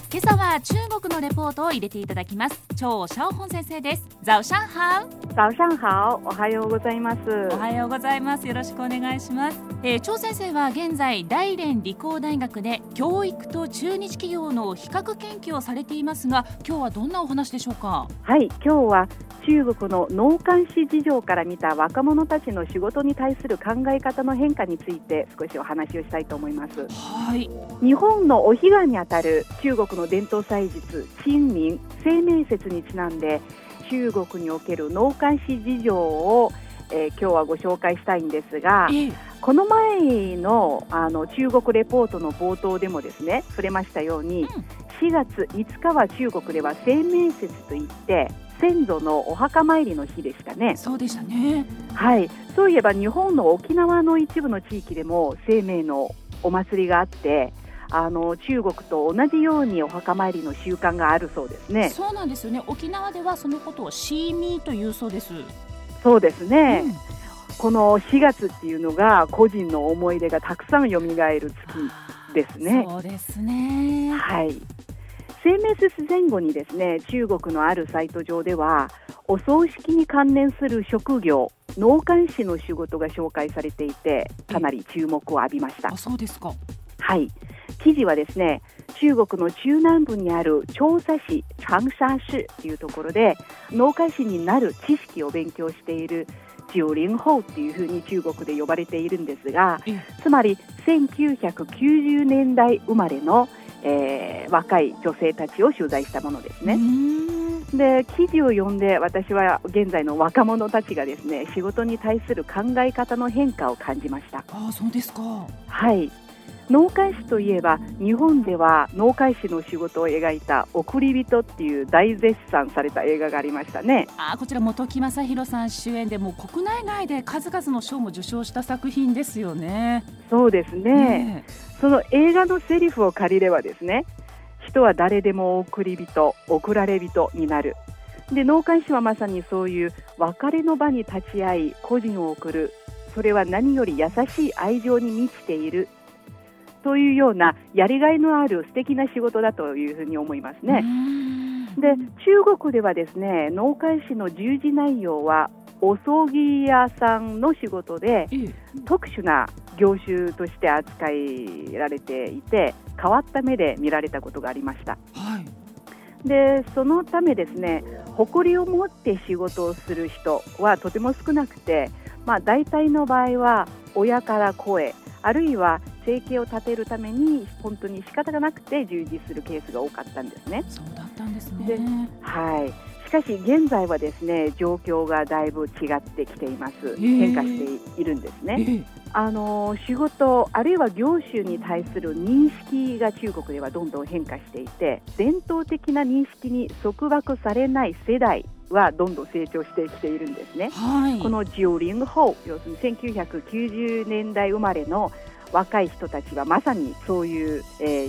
今朝は中国のレポートを入れていただきます。張小本先生です。早上好。 早上好。おはようございます。 おはようございます。よろしくお願いします。張先生は現在大連理工大学で教育と駐日企業の比較研究をされていますが、今日はどんなお話でしょうか？ はい、今日は中国の農監視事情から見た若者たちの仕事に対する考え方の変化について少しお話をしたいと思います。 はい。 日本のお彼岸にあたる中国の伝統祭日清明清明節にちなんで、中国における農監視事情を、今日はご紹介したいんですが、この前の、中国レポートの冒頭でもですね触れましたように、4月5日は中国では清明節といって先祖のお墓参りの日でしたね。 そうでしたね。 はい、そういえば日本の沖縄の一部の地域でも清明のお祭りがあって、中国と同じようにお墓参りの習慣があるそうですね。 そうなんですよね。沖縄ではそのことをシーミーというそうです。 そうですね、この4月っていうのが個人の思い出がたくさん蘇る月ですね。 そうですね。 はい。清明節前後にですね、中国のあるサイト上ではお葬式に関連する職業、農監視の仕事が紹介されていて、かなり注目を浴びました。 そうですか。 はい。記事はですね、中国の中南部にある長沙市長沙市というところで農家士になる知識を勉強している90後というふうに中国で呼ばれているんですが、つまり1990年代生まれの、若い女性たちを取材したものですね。で、記事を読んで私は現在の若者たちがですね、仕事に対する考え方の変化を感じました。 そうですか。 はい。農監視といえば日本では農監視の仕事を描いた送り人っていう大絶賛された映画がありましたね。 こちら本木雅弘さん主演でもう国内外で数々の賞も受賞した作品ですよね。 そうですね、その映画のセリフを借りればですね、人は誰でも送り人、送られ人になる。で、農監視はまさにそういう別れの場に立ち会い個人を送る、それは何より優しい愛情に満ちているというようなやりがいのある素敵な仕事だというふうに思いますね。で、中国ではですね、農監視の従事内容はお葬儀屋さんの仕事で、特殊な業種として扱いられていて、変わった目で見られたことがありました。で、そのためですね、誇りを持って仕事をする人はとても少なくて、大体の場合は親から声、あるいは生計を立てるために本当に仕方がなくて従事するケースが多かったんですね。 そうだったんですね。 で、はい。しかし現在はですね、状況がだいぶ違ってきています。変化しているんですね。仕事あるいは業種に対する認識が中国ではどんどん変化していて、伝統的な認識に束縛されない世代はどんどん成長してきているんですね。この90後、要するに1990年代生まれの若い人たちはまさにそういう、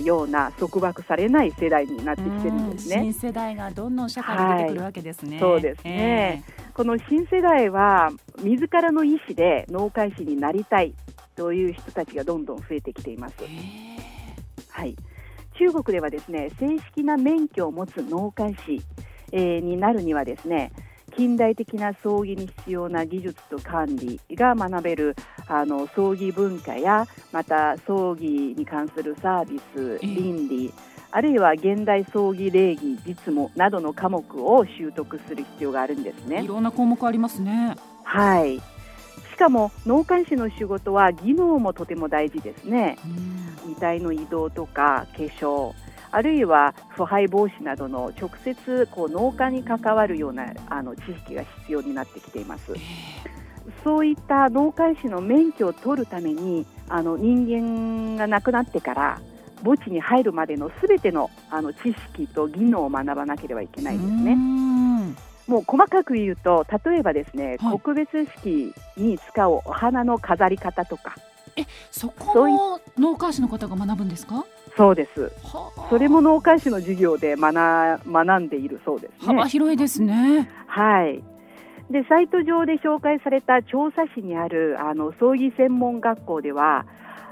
ような束縛されない世代になってきてるんですね。 新世代がどんどん社会に出てくるわけですね。 そうですね、この新世代は自らの意思で農監視になりたいという人たちがどんどん増えてきています。はい。中国ではですね、正式な免許を持つ農監視、になるにはですね、近代的な葬儀に必要な技術と管理が学べる葬儀文化や、また葬儀に関するサービス、倫理、あるいは現代葬儀礼儀、実務などの科目を習得する必要があるんですね。 いろんな項目ありますね。 はい。しかも農監視の仕事は技能もとても大事ですね。遺体の移動とか化粧、あるいは腐敗防止などの直接農家に関わるような知識が必要になってきています。そういった農監視の免許を取るために人間が亡くなってから墓地に入るまでのすべての知識と技能を学ばなければいけないんですね。もう細かく言うと、例えばですね、告別式に使うお花の飾り方とか。 そこも農家士の方が学ぶんですか？ そうです。それも農家士の授業で学んでいるそうですね。 幅広いですね。 はい。で、サイト上で紹介された長沙市にある葬儀専門学校では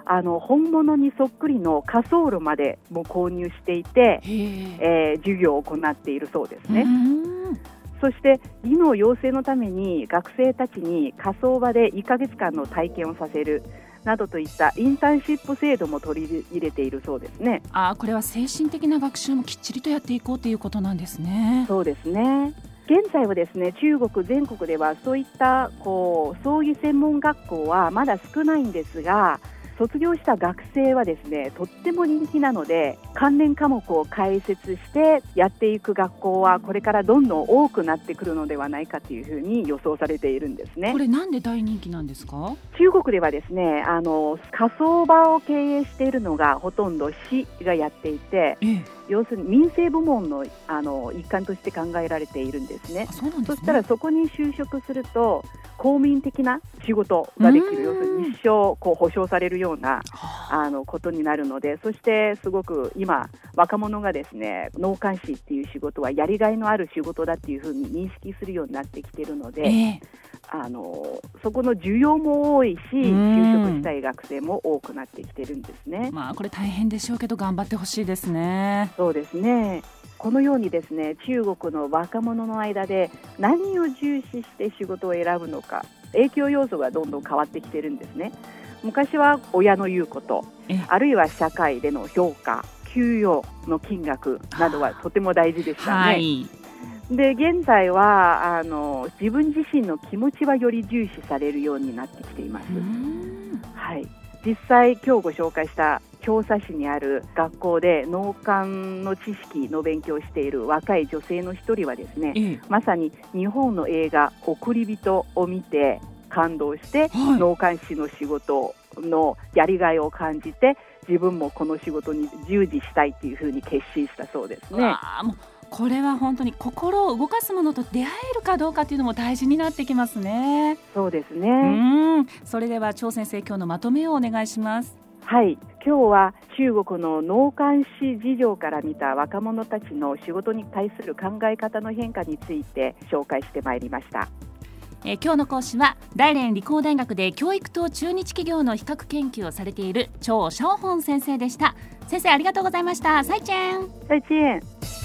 本物にそっくりの滑走路までも購入していて、授業を行っているそうですね。そして技能養成のために学生たちに仮想場で1ヶ月間の体験をさせるなどといったインターンシップ制度も取り入れているそうですね。 これは精神的な学習もきっちりとやっていこうということなんですね。 そうですね。現在はですね、中国全国ではそういった装技専門学校はまだ少ないんですが、卒業した学生はですね、とっても人気なので、関連科目を開設してやっていく学校はこれからどんどん多くなってくるのではないかというふうに予想されているんですね。 これなんで大人気なんですか？ 中国ではですね、仮想場を経営しているのがほとんど市がやっていて、要するに民生部門の、一環として考えられているんですね。 そうなんですね。 そしたらそこに就職すると公民的な仕事ができる、要するに一生保障されるようなことになるので、そしてすごく今若者がですね、農監視っていう仕事はやりがいのある仕事だっていうふうに認識するようになってきているので、そこの需要も多いし、就職したい学生も多くなってきてるんですね。 これ大変でしょうけど頑張ってほしいですね。 そうですね。このようにですね、中国の若者の間で何を重視して仕事を選ぶのか、影響要素がどんどん変わってきてるんですね。昔は親の言うこと、あるいは社会での評価、給与の金額などはとても大事でしたね。で、現在は自分自身の気持ちはより重視されるようになってきています。実際今日ご紹介した京佐市にある学校で農管の知識の勉強をしている若い女性の一人はですね、まさに日本の映画送り人を見て感動して、農監士の仕事のやりがいを感じて、自分もこの仕事に従事したいというふうに決心したそうですね。 もうこれは本当に心を動かすものと出会えるかどうかというのも大事になってきますね。 そうですね。 それでは張先生、今日のまとめをお願いします。 はい、今日は中国の農監視事情から見た若者たちの仕事に対する考え方の変化について紹介してまいりました。 今日の講師は大連理工大学で教育と中日企業の比較研究をされている張小本先生でした。先生、ありがとうございました。再见。 再见。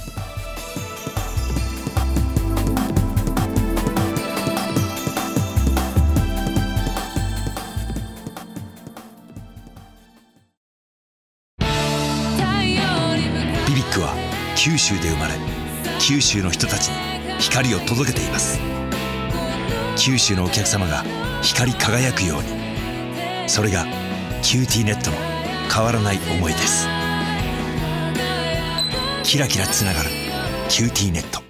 ビビックは九州で生まれ、九州の人たちに光を届けています。九州のお客様が光り輝くように、それがキューティーネットの変わらない思いです。キラキラつながるキューティーネット。